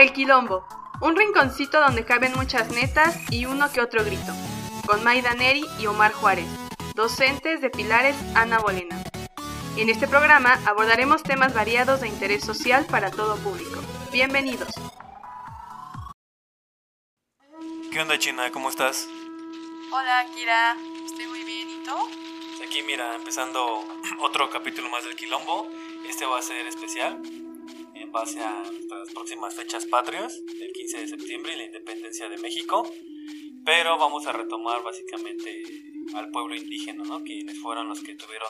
El Quilombo, un rinconcito donde caben muchas netas y uno que otro grito, con Maida Neri y Omar Juárez, docentes de Pilares Ana Bolena. En este programa abordaremos temas variados de interés social para todo público. Bienvenidos. ¿Qué onda, China? ¿Cómo estás? Hola, Kira. Estoy muy bien. ¿Y tú? Aquí, mira, empezando otro capítulo más del Quilombo. Este va a ser especial en base a nuestras próximas fechas patrias, el 15 de septiembre y la independencia de México. Pero vamos a retomar básicamente al pueblo indígena, ¿no? Quienes fueron los que tuvieron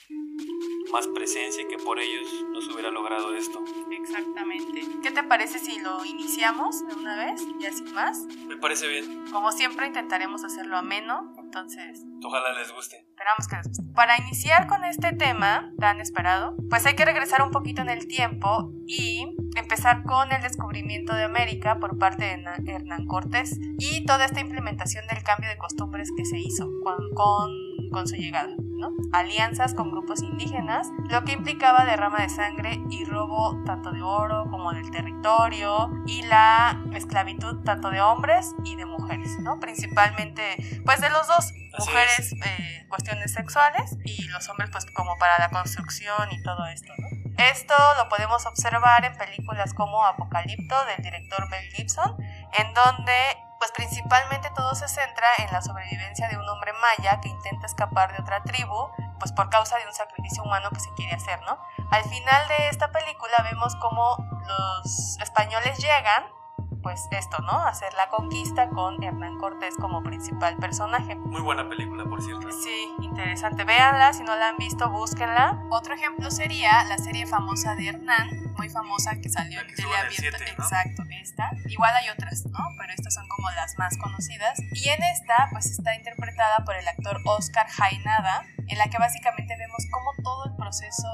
más presencia y que por ellos no se hubiera logrado esto. Exactamente. ¿Qué te parece si lo iniciamos de una vez, ya sin más? Me parece bien. Como siempre intentaremos hacerlo ameno, entonces Ojalá les guste. esperamos que les guste. Para iniciar con este tema tan esperado, pues hay que regresar un poquito en el tiempo y empezar con el descubrimiento de América por parte de Hernán Cortés y toda esta implementación del cambio de costumbres que se hizo con su llegada, ¿no? Alianzas con grupos indígenas, lo que implicaba derrama de sangre y robo tanto de oro como del territorio y la esclavitud tanto de hombres y de mujeres, ¿no? Principalmente pues de los dos, mujeres cuestiones sexuales y los hombres pues como para la construcción y todo esto, ¿no? Esto lo podemos observar en películas como Apocalipto del director Mel Gibson, en donde pues principalmente todo se centra en la sobrevivencia de un hombre maya que intenta escapar de otra tribu, pues por causa de un sacrificio humano que se quiere hacer, ¿no? Al final de esta película vemos cómo los españoles llegan, pues esto, ¿no? A hacer la conquista con Hernán Cortés como principal personaje. Muy buena película, por cierto. Sí, interesante. Véanla, si no la han visto, búsquenla. Otro ejemplo sería la serie famosa de Hernán, muy famosa que salió en teleabierta. ¿No? Exacto, esta. Igual hay otras, ¿no? Pero estas son como las más conocidas. Y en esta, pues está interpretada por el actor Oscar Jaenada, en la que básicamente vemos cómo todo el proceso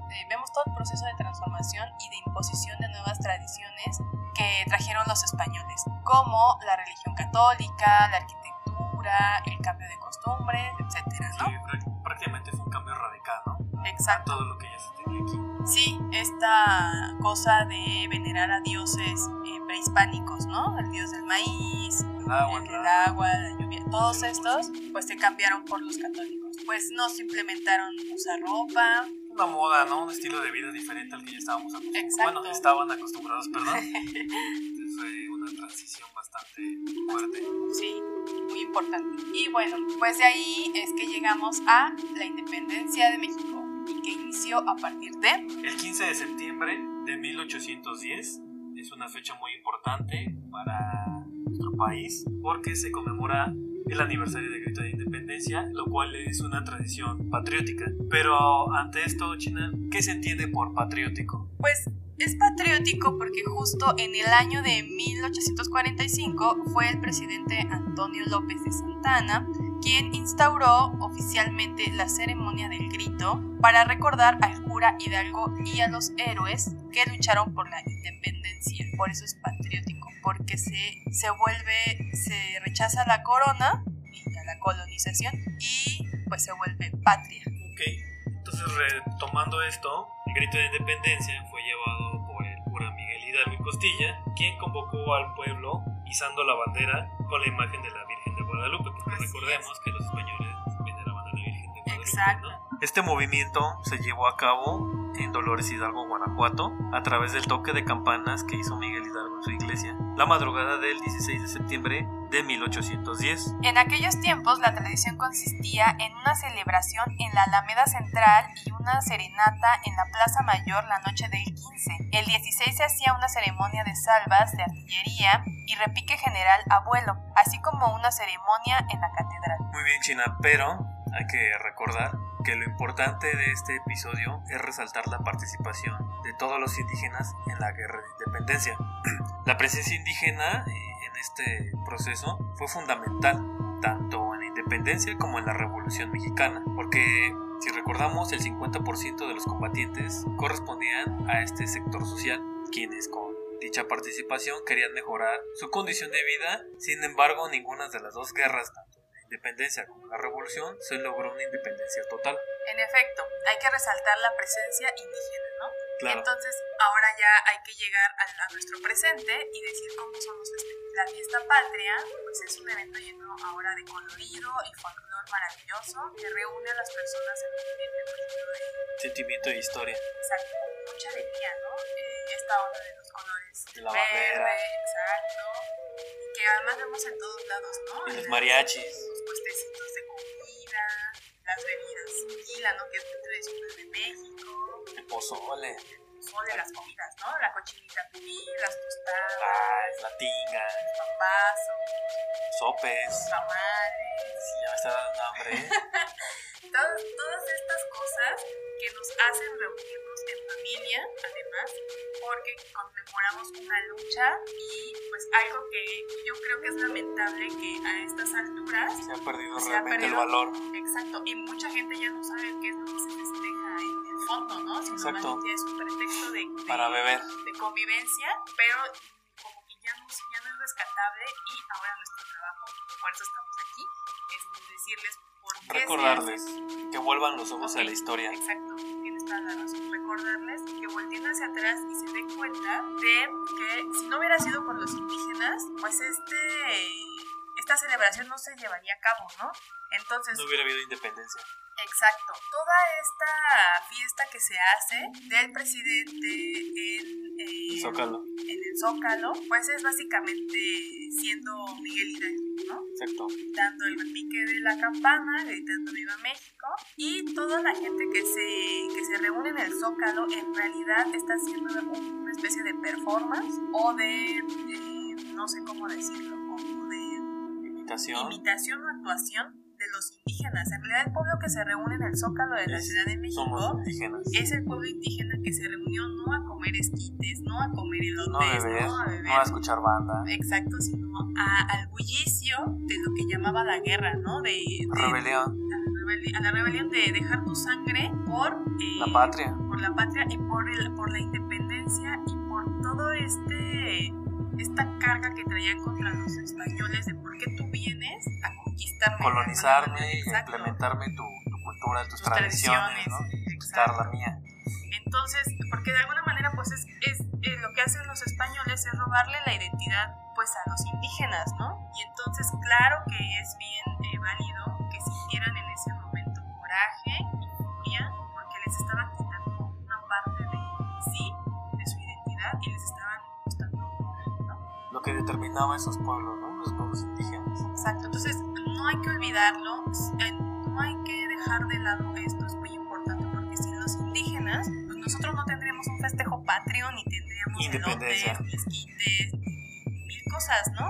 de transformación y de imposición de nuevas tradiciones que trajeron los españoles, como la religión católica, la arquitectura, el cambio de costumbres, etcétera, ¿no? Sí, prácticamente fue un cambio radical, ¿no? Exacto. Todo lo que ya se tenía aquí. Sí, esta cosa de venerar a dioses prehispánicos, ¿no? El dios del maíz, el del agua, la lluvia, todos estos, pues se cambiaron por los católicos. Pues no se implementaron usar ropa. Una moda, ¿no? Un estilo de vida diferente al que ya estábamos acostumbrados. Exacto. Bueno, estaban acostumbrados, perdón. Entonces fue una transición bastante fuerte. Sí, muy importante. Y bueno, pues de ahí es que llegamos a la independencia de México y que inició a partir de... El 15 de septiembre de 1810 es una fecha muy importante para nuestro país porque se conmemora el aniversario del grito de independencia, lo cual es una tradición patriótica. Pero ante esto, China, ¿qué se entiende por patriótico? Pues es patriótico porque justo en el año de 1845 fue el presidente Antonio López de Santa Anna quien instauró oficialmente la ceremonia del grito para recordar al cura Hidalgo y a los héroes que lucharon por la independencia. Por eso es patriótico, porque se rechaza la corona y a la colonización y pues se vuelve patria. Ok, entonces retomando esto, el grito de independencia fue llevado por el cura Miguel Hidalgo y Costilla, quien convocó al pueblo izando la bandera con la imagen de la Virgen de Guadalupe, porque recordemos que los españoles veneraban a la Virgen de Guadalupe. Exacto. ¿No? Este movimiento se llevó a cabo en Dolores Hidalgo, Guanajuato, a través del toque de campanas que hizo Miguel Hidalgo en su iglesia la madrugada del 16 de septiembre de 1810. En aquellos tiempos la tradición consistía en una celebración en la Alameda Central y una serenata en la Plaza Mayor la noche del 15. El 16 se hacía una ceremonia de salvas de artillería y repique general a vuelo, así como una ceremonia en la catedral. Muy bien, China, pero hay que recordar que lo importante de este episodio es resaltar la participación de todos los indígenas en la guerra de independencia. La presencia indígena en este proceso fue fundamental, tanto en la independencia como en la Revolución Mexicana, porque si recordamos el 50% de los combatientes correspondían a este sector social, quienes con dicha participación querían mejorar su condición de vida. Sin embargo, ninguna de las dos guerras, tanto la independencia como la revolución, se logró una independencia total. En efecto, hay que resaltar la presencia indígena, ¿no? Claro. Entonces, ahora ya hay que llegar a nuestro presente y decir cómo son los festejos. La fiesta patria, pues es un evento lleno ahora de colorido y folclore maravilloso que reúne a las personas en un ambiente de sentimiento y historia. Exacto, mucha alegría, ¿no? Esta onda de los colores La verde, bandera. exacto, y que además vemos en todos lados, ¿no? Y los mariachis. Los puestecitos de comida, las bebidas, tequila, ¿no? Que es muy tradicional de México. El pozole. De las comidas, ¿no? La cochinita pibil, las tostadas, La tinga. los pambazos, Sopes. los tamales. Sí, ya me está dando hambre, ¿eh? Todas estas cosas que nos hacen reunirnos en familia, además, porque conmemoramos una lucha y pues algo que yo creo que es lamentable que a estas alturas Se ha perdido se ha realmente perdido, el valor. Exacto, y mucha gente ya no sabe qué es lo que se festeja en el fondo, ¿no? Sino Exacto. más bien es un pretexto Para beber. de convivencia, pero como que ya no es rescatable y ahora nuestro trabajo, por eso estamos aquí, es decirles por qué Recordarles se hace. que vuelvan los ojos a la historia. Exacto, tienes toda la razón. Recordarles que volteen hacia atrás y se den cuenta de que si no hubiera sido por los indígenas, pues esta celebración no se llevaría a cabo, ¿no? Entonces, No hubiera habido independencia. exacto, toda esta fiesta que se hace del presidente en el Zócalo, pues es básicamente siendo Miguel Hidalgo, ¿no? Exacto. Dando el repique de la campana, gritando Viva México, y toda la gente que se reúne en el Zócalo en realidad está haciendo una especie de performance o de, no sé cómo decirlo, como de imitación o actuación de los indígenas. En realidad el pueblo que se reúne en el Zócalo de la Ciudad de México Somos indígenas. es el pueblo indígena que se reunió no a comer esquites, no a comer No a elotes, beber, no a beber, no a escuchar banda. exacto, sino al bullicio de lo que llamaba la guerra, ¿no? Rebelión. A la rebelión de dejar tu sangre por La patria. por la patria y por la independencia y por todo esta carga que traían contra los españoles de por qué tú vienes a conquistarme, Colonizarme y exacto, implementarme tu cultura, tus tradiciones, ¿no? Y quitar la mía. Entonces, porque de alguna manera pues es lo que hacen los españoles es robarle la identidad pues a los indígenas, ¿no? Y entonces claro que es bien válido que sintieran en ese momento coraje y furia porque les estaban quitando una parte de sí, de su identidad y les estaban costando, ¿no? Lo que determinaba a esos pueblos, ¿no? Los pueblos indígenas. Exacto, entonces no hay que olvidarlo, no hay que dejar de lado esto, es muy importante porque sin los indígenas, pues nosotros no tendríamos un festejo patrio, ni tendríamos Independencia, elotes, ni esquites, ni mil cosas, ¿no?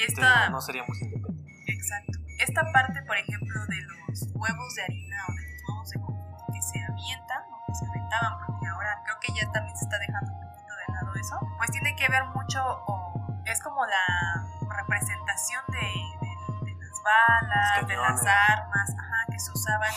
No seríamos independientes. Exacto. Esta parte, por ejemplo, de los huevos de harina o de los huevos de confeti que se avientan o que se aventaban, porque ahora creo que ya también se está dejando un poquito de lado eso, pues tiene que ver mucho, es como la representación de las balas, de las armas, que se usaban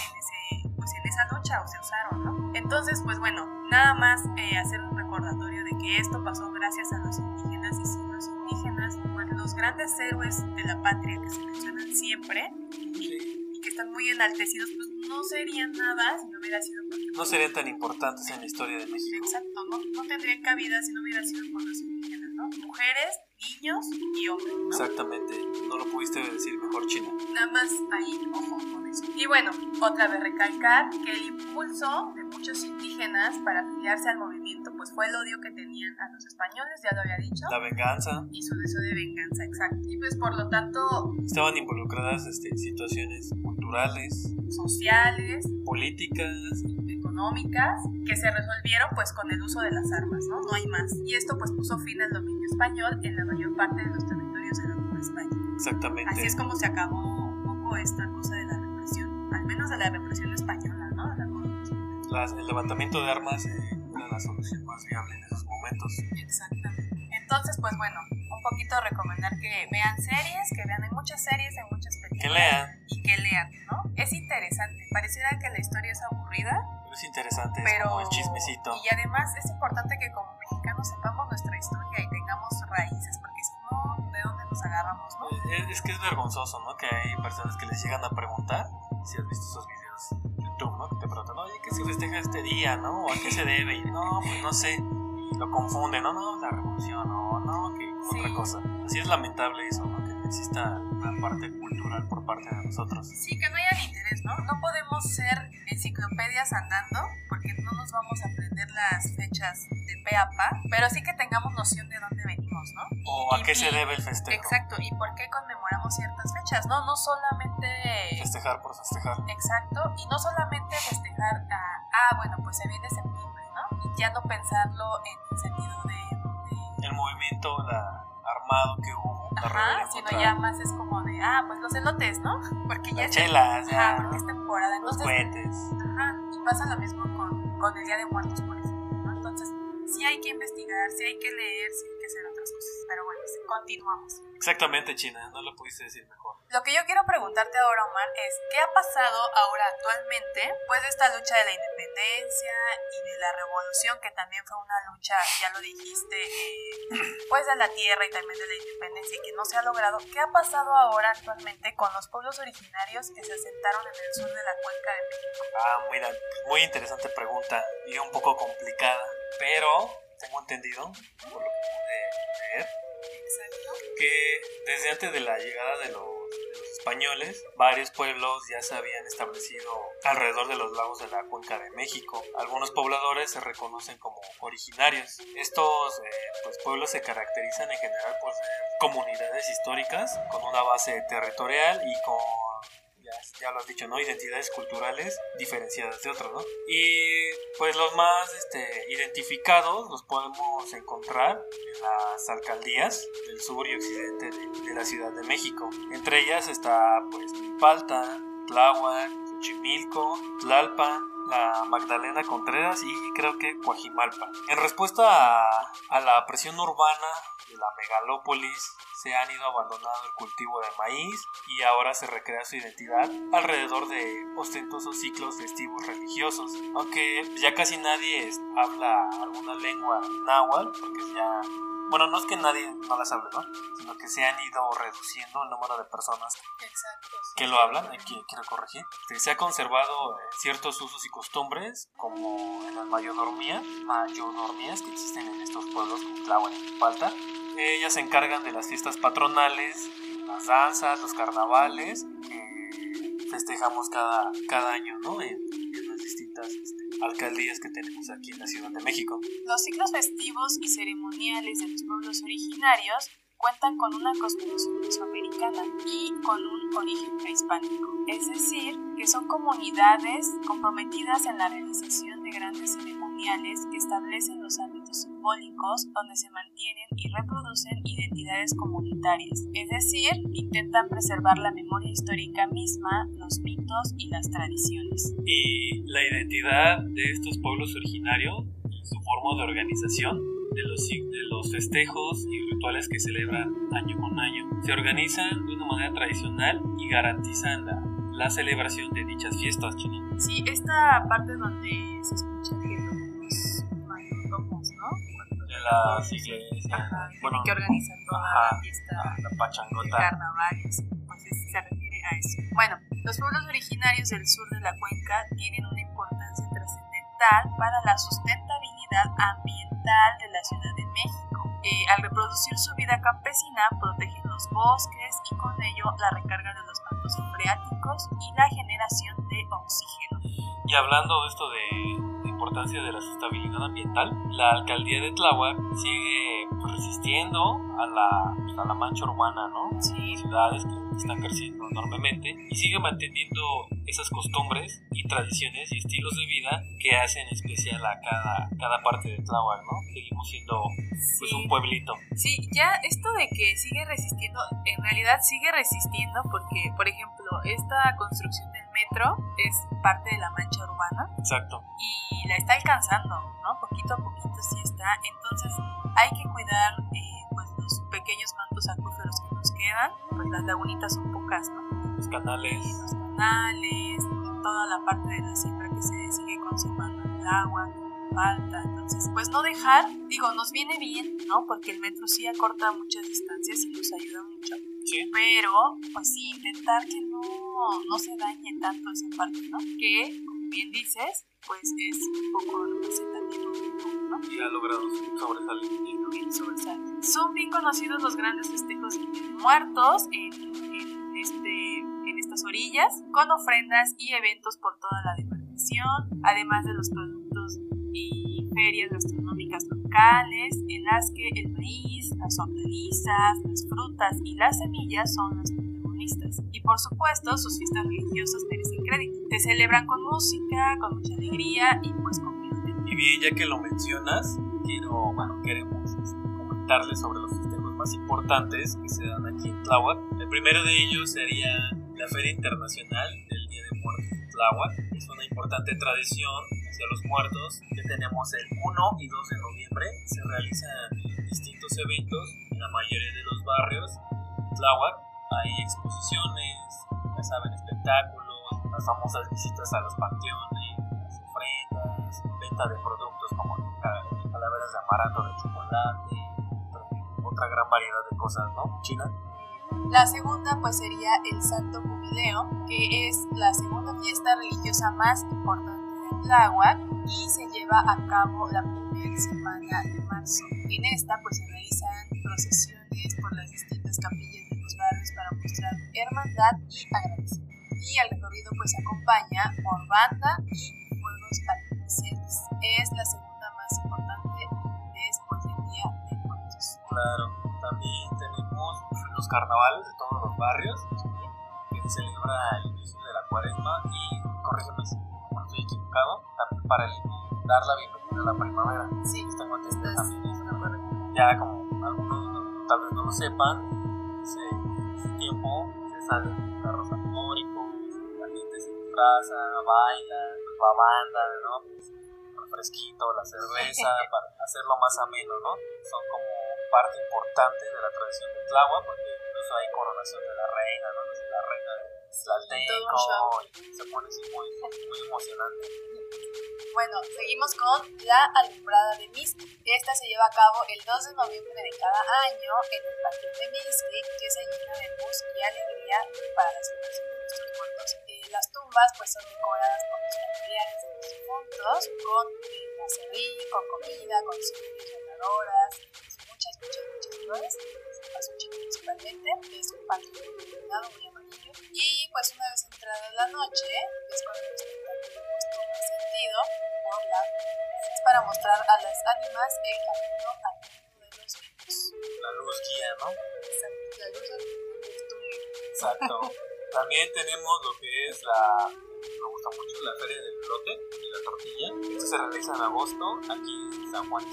en esa lucha o se usaron, ¿no? Entonces, pues bueno, nada más hacer un recordatorio de que esto pasó gracias a los indígenas y sin los indígenas, pues los grandes héroes de la patria que se mencionan siempre y que están muy enaltecidos, pues no serían nada si no hubiera sido por no serían tan importantes en la historia de México. Exacto, no tendrían cabida si no hubiera sido por los indígenas, ¿no? Mujeres, niños y hombres, ¿no? Exactamente, no lo pudiste decir mejor, China. Nada más ahí, ojo con eso. Y bueno, otra vez recalcar que el impulso de muchos indígenas para afiliarse al movimiento pues fue el odio que tenían a los españoles, ya lo había dicho. La venganza. Y su deseo de venganza, exacto. Y pues por lo tanto... estaban involucradas situaciones culturales, sociales, políticas, económicas, que se resolvieron pues con el uso de las armas, ¿no? No hay más. Y esto pues puso fin al dominio español en la mayor parte de los territorios de la Nueva España. Exactamente. Así es como se acabó un poco esta cosa de la represión, al menos de la represión española, ¿no? El levantamiento de armas era la solución más viable en esos momentos. Exactamente. Entonces, pues bueno, un poquito recomendar que vean series, que vean en muchas series, en muchas películas. Que lean. Y que lean, ¿no? Es interesante. Pareciera que la historia es aburrida. Pero es interesante, pero... es como el chismecito. Y además es importante que como mexicanos sepamos nuestra historia y tengamos raíces, porque si no, ¿de dónde nos agarramos, no? Es que es vergonzoso, ¿no? Que hay personas que les llegan a preguntar si has visto esos videos YouTube, ¿no? Que te preguntan, oye, ¿qué se festeja este día, no? ¿O a qué se debe? Y no, pues no sé. Y lo confunden, no, la revolución, no, que otra cosa. Así es lamentable eso, ¿no? Que no exista una parte cultural por parte de nosotros. Sí, que no haya interés, ¿no? No podemos ser enciclopedias andando, porque no nos vamos a aprender las fechas de pe a pa, pero sí que tengamos noción de dónde venimos, ¿no? O a qué se debe el festejo. Exacto, y por qué conmemoramos ciertas fechas, ¿no? No solamente... festejar por festejar. Exacto, y no solamente festejar bueno, pues se viene septiembre, ¿no? Y ya no pensarlo en el sentido de... El movimiento armado que hubo. Sino ya más es como de, pues los elotes, ¿no? Porque ya las chelas, ya. Porque es temporada. Entonces, los cohetes. Y pasa lo mismo con el Día de Muertos, por ejemplo, ¿no? Entonces, sí hay que investigar, sí hay que leer, sí hay que hacer otras cosas. Pero bueno, continuamos. Exactamente, China, no lo pudiste decir mejor. Lo que yo quiero preguntarte ahora, Omar, es ¿qué ha pasado ahora actualmente, pues de esta lucha de la independencia y de la revolución, que también fue una lucha, ya lo dijiste, pues de la tierra y también de la independencia y que no se ha logrado? ¿Qué ha pasado ahora actualmente con los pueblos originarios que se asentaron en el sur de la cuenca de México? Mira, muy interesante pregunta y un poco complicada, pero tengo entendido, por lo que pude leer, que desde antes de la llegada de los españoles, varios pueblos ya se habían establecido alrededor de los lagos de la Cuenca de México. Algunos pobladores se reconocen como originarios. Estos pues pueblos se caracterizan en general por ser comunidades históricas con una base territorial y con, ya lo has dicho, ¿no?, identidades culturales diferenciadas de otros, ¿no? Y pues los más identificados los podemos encontrar en las alcaldías del sur y occidente de la Ciudad de México. Entre ellas está pues Milpalta, Tláhuac, Xochimilco, Tlalpan, la Magdalena Contreras y creo que Coajimalpa. En respuesta a la presión urbana de la megalópolis, se han ido abandonando el cultivo de maíz y ahora se recrea su identidad alrededor de ostentosos ciclos festivos religiosos. Aunque ya casi nadie habla alguna lengua náhuatl, porque ya... Bueno, no es que nadie no las hable, ¿no? Sino que se han ido reduciendo el número de personas que lo hablan. Aquí quiero corregir. Se ha conservado ciertos usos y costumbres, como en las mayordomías que existen en estos pueblos como Tláhuac y Milpalta. Ellas se encargan de las fiestas patronales, las danzas, los carnavales que festejamos cada año, ¿no? En las distintas alcaldías que tenemos aquí en la Ciudad de México. Los ciclos festivos y ceremoniales de los pueblos originarios cuentan con una cosmovisión mesoamericana y con un origen prehispánico, es decir, que son comunidades comprometidas en la realización de grandes ceremoniales que establecen los ámbitos simbólicos donde se mantienen y reproducen identidades comunitarias, es decir, intentan preservar la memoria histórica misma, los mitos y las tradiciones. Y la identidad de estos pueblos originarios y su forma de organización de los festejos y rituales que celebran año con año se organizan de una manera tradicional y garantizan la celebración de dichas fiestas, China. Sí, esta parte donde se escucha que los mayordomos, ¿no? De las iglesias, bueno, que organizan toda la fiesta, la pachangota, el carnaval, pues se refiere a eso. Bueno, los pueblos originarios del sur de la cuenca tienen una importancia trascendental para la sustentabilidad ambiental de la Ciudad de México. Al reproducir su vida campesina, protegen los bosques y con ello la recarga de los mantos freáticos y la generación de oxígeno. Y hablando de esto de importancia de la sustentabilidad ambiental, la alcaldía de Tláhuac sigue resistiendo a la mancha urbana, ¿no? Sí. Ciudades que están creciendo enormemente y sigue manteniendo esas costumbres y tradiciones y estilos de vida que hacen especial a cada parte de Tláhuac, ¿no? Seguimos siendo pues un pueblito. Sí, ya esto de que sigue resistiendo, en realidad sigue resistiendo porque, por ejemplo, esta construcción del metro es parte de la mancha urbana. Exacto. Y la está alcanzando, ¿no? Poquito a poquito sí está. Entonces hay que cuidar pues los pequeños mantos acuíferos que nos quedan. Pues las lagunitas son pocas, ¿no? Los canales, toda la parte de la siembra que se sigue conservando en el agua, falta. Entonces, pues no dejar, nos viene bien, ¿no? Porque el metro sí acorta muchas distancias y nos ayuda mucho. Sí. Pero, pues sí, intentar que no se dañe tanto esa parte, ¿no? Que, como bien dices, pues es un poco representativo, ¿no? Y ha logrado sobresalir. Son bien conocidos los grandes festejos de Día de Muertos en estas orillas, con ofrendas y eventos por toda la demarcación, además de los productos y ferias gastronómicas locales, en las que el maíz, las hortalizas, las frutas y las semillas son las protagonistas. Y por supuesto, sus fiestas religiosas merecen crédito. Se celebran con música, con mucha alegría y pues con gente. Y bien, ya que lo mencionas, queremos comentarles sobre los festejos más importantes que se dan aquí en Tláhuac. El primero de ellos sería la Feria Internacional del Día de Muertos de Tláhuac. Es una importante tradición hacia los muertos que tenemos el 1 y 2 de noviembre. Se realizan distintos eventos en la mayoría de los barrios de Tláhuac. Hay exposiciones, ya saben, espectáculos, las famosas visitas a los panteones, las ofrendas, venta de productos como calaveras de amaranto de chocolate, otra gran variedad de cosas, ¿no? China. La segunda pues sería el Santo Jubileo, que es la segunda fiesta religiosa más importante de Tláhuac y se lleva a cabo la primera semana de marzo. En esta pues se realizan procesiones por las distintas capillas de los barrios para mostrar hermandad y agradecimiento. Y el recorrido pues se acompaña por banda y fuegos artificiales. Es la segunda más importante después del Día de Muertos. Claro, también tenemos los carnavales de todos los barrios, que se celebra el inicio de la cuaresma y, corrígeme si no estoy equivocado, también para dar la bienvenida a la primavera. Sí, tengo entendido también es ya como algunos tal vez no lo sepan, ese tiempo se salen carros alegóricos, la gente se disfraza, baila, pues va banda, ¿no? El fresquito, la cerveza, para hacerlo más ameno, ¿no? Son como parte importante de la tradición de Tláhuac, porque incluso hay coronación de la reina, ¿no? La reina de Tlaltenco, y se pone así muy emocionante. Bueno, seguimos con la alumbrada de Mixqui. Esta se lleva a cabo el 2 de noviembre de cada año en el Panteón de Mixqui, que se llena de luz y alegría para la celebración de nuestros muertos. Las tumbas pues son decoradas por los familiares de los difuntos, con acerrín, con comida, con cirios, veladoras, muchas flores, cempasúchil principalmente, que es un panteón muy iluminado, muy amarillo. Y pues una vez entrada la noche, es cuando el espectáculo pues toma sentido por es para mostrar a las ánimas el camino al mundo de los vivos. La luz guía, ¿no? Exacto, la luz del túnel. Exacto. También tenemos lo que es me gusta mucho, la Feria del Lote y la Tortilla. Esto se realiza en agosto, aquí en San Juan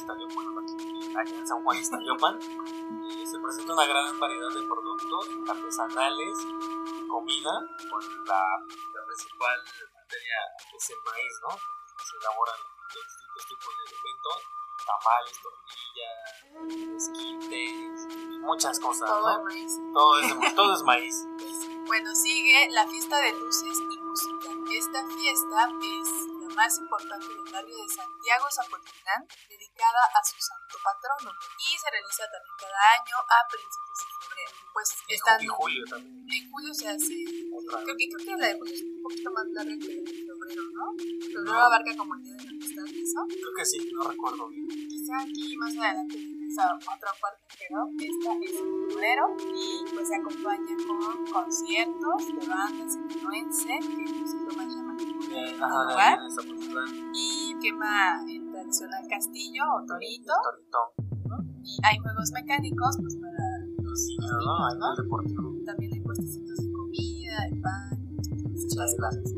Ixtaliopan. Se presenta una gran variedad de productos artesanales, comida, con la principal materia es el maíz, ¿no? Se elaboran los distintos tipos de alimentos, tamales, tortillas, esquites, muchas cosas, todo ¿no? Es maíz. Todo es maíz. Bueno, sigue la fiesta de luces y música. Esta fiesta es la más importante del barrio de Santiago Zapotitlán, dedicada a su santo patrono, y se realiza también cada año a principios de febrero. Pues están Y julio también. En julio se hace. Creo que la de julio es un poquito más larga que la de febrero, ¿no? Febrero abarca como el día de la amistad, ¿eso? Creo que sí, no recuerdo bien. Quizá aquí más adelante esa otra parte, pero esta es en febrero y pues se acompaña con conciertos de bandas sinaloense, que es lo más llamativo del lugar, y quema el tradicional castillo o torito, ¿no? Y hay juegos mecánicos pues para los niños, ¿no? Deportivo. También hay puestecitos de comida, de pan, muchas cosas.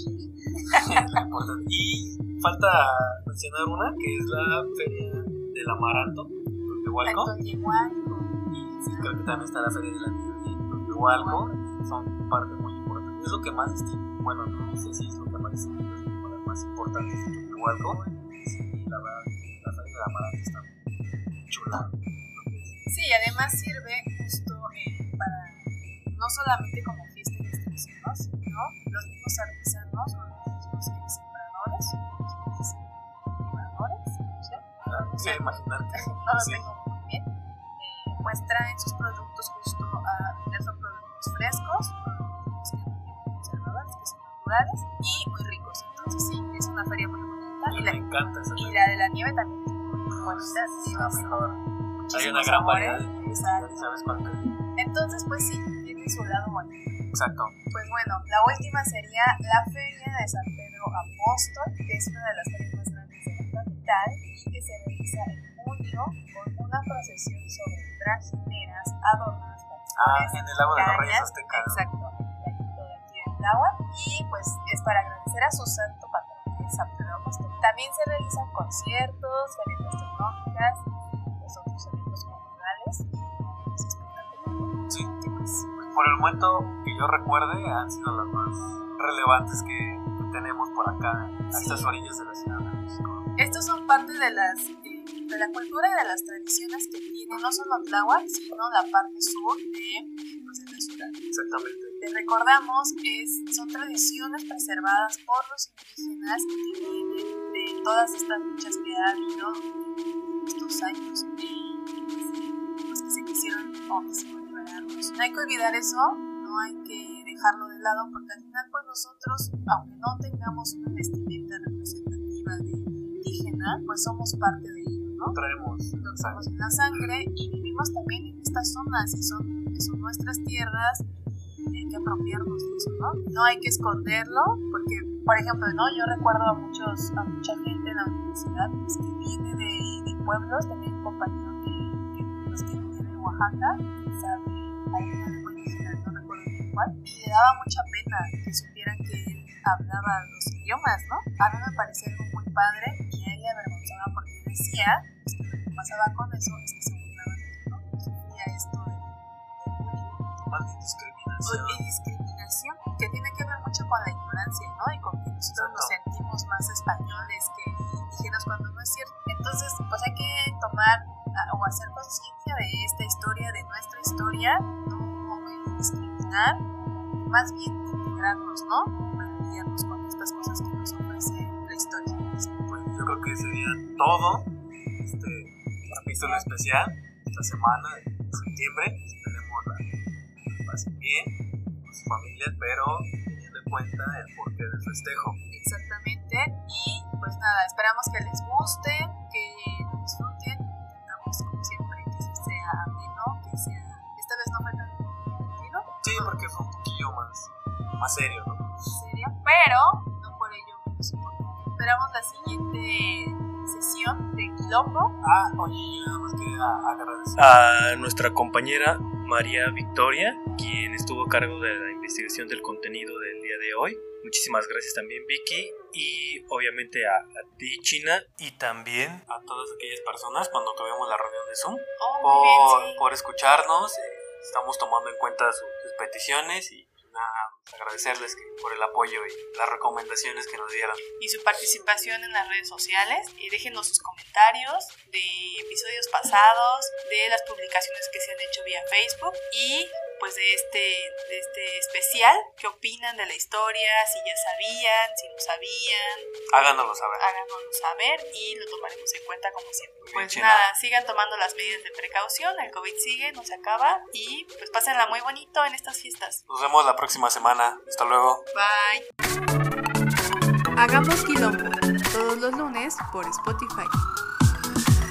Y falta mencionar una que es la Feria del Amaranto, Tontehualco. Y creo que también está la Feria de la Niña de Tontehualco. Son parte muy importante. Es lo que más distingue. Bueno, no sé si es lo que más distingue, es una de las más importantes de Tontehualco. Sí, la verdad, la Feria del Amaranto está muy chula. Sí, además sirve justo para no solamente como fiesta de extensiones, sino los mismos artesanos o los mismos sembradores, no sé. Sí, imaginar que no lo tengo muy bien. Pues traen sus productos justo a vender, son productos frescos, productos que no tienen conservadores, que son naturales y muy ricos. Entonces sí, es una feria muy bonita. Me encanta esa feria. Y la de la nieve también es muy bonita. Sí, hay una gran variedad. Exacto. ¿Sabes cuánto? Entonces, pues sí, tiene su lado bonito. Exacto. Pues bueno, la última sería la Feria de San Pedro Apóstol, que es una de las ferias más grandes de la capital y que se realiza en junio con una procesión sobre trajineras adornadas con flores, en el lago de los Reyes Aztecas. Exacto, en el laguito de aquí del agua. Y pues es para agradecer a su santo patrón de San Pedro Apóstol. También se realizan conciertos, ferias gastronómicas, pues otros eventos culturales y espectáculos. Sí, por el momento que yo recuerde han sido las más relevantes que tenemos por acá, a estas orillas de la Ciudad de México. Estos son parte de la cultura y de las tradiciones que tiene no solo Tláhuac, sino la parte sur de la ciudad. Exactamente. Te recordamos, son tradiciones preservadas por los indígenas que vienen de todas estas luchas que ha habido en estos años pues que se quisieron o que se liberarnos. No hay que olvidar eso, no hay que dejarlo de lado, porque al final pues nosotros, aunque no tengamos una vestimenta representativa de indígena, pues somos parte de ello, ¿no? Lo traemos en la sangre y vivimos también en estas zonas y son nuestras tierras. Hay que apropiarnos de eso, ¿no? No hay que esconderlo, porque, por ejemplo, ¿no? Yo recuerdo a mucha gente en la universidad pues, que viene de pueblos, también un compañero que viene de Oaxaca, sabe, hay una lengua indígena, no recuerdo bien cuál, y le daba mucha pena que supieran que él hablaba los idiomas, ¿no? A mí me parecía algo muy padre y a él le avergonzaba porque decía que lo que pasaba con eso es que se burlaban de él, ¿no? Sufría esto de bullying. Más bien discriminación, que tiene que ver mucho con la ignorancia, ¿no? Y con que nosotros nos sentimos más españoles que indígenas cuando no es cierto. Entonces, pues hay que tomar o hacer conciencia de esta historia, de nuestra historia, no discriminar, más bien integrarnos, ¿no? Maravillarnos con estas cosas que nos ofrece la historia. Pues yo creo que sería todo este capítulo especial esta semana de septiembre. Esperemos la pasen bien con sus familias, pero teniendo en cuenta el porqué del festejo. Exactamente, y pues nada, esperamos que les guste, que lo disfruten. Intentamos como siempre que sea ameno, que sea, esta vez no fue tan divertido. Sí, porque fue un poquillo más serio, ¿no? Serio, pero no por ello menos importante. Esperamos la siguiente sesión de Quilombo. Oye, yo nada más quería agradecer a nuestra compañera María Victoria, quien estuvo a cargo de la investigación del contenido del día de hoy. Muchísimas gracias también, Vicky, y obviamente a ti, China, y también a todas aquellas personas cuando tuvimos la reunión de Zoom por escucharnos. Estamos tomando en cuenta sus peticiones y agradecerles por el apoyo y las recomendaciones que nos dieron y su participación en las redes sociales. Déjenos sus comentarios de episodios pasados, de las publicaciones que se han hecho vía Facebook y pues de este especial. ¿Qué opinan de la historia? Si ya sabían, si no sabían, háganoslo saber y lo tomaremos en cuenta como siempre. Pues China. Nada, sigan tomando las medidas de precaución, el COVID sigue, no se acaba y pues pásenla muy bonito en estas fiestas. Nos vemos la próxima semana. Hasta luego. Bye. Hagamos Quilombo todos los lunes por Spotify.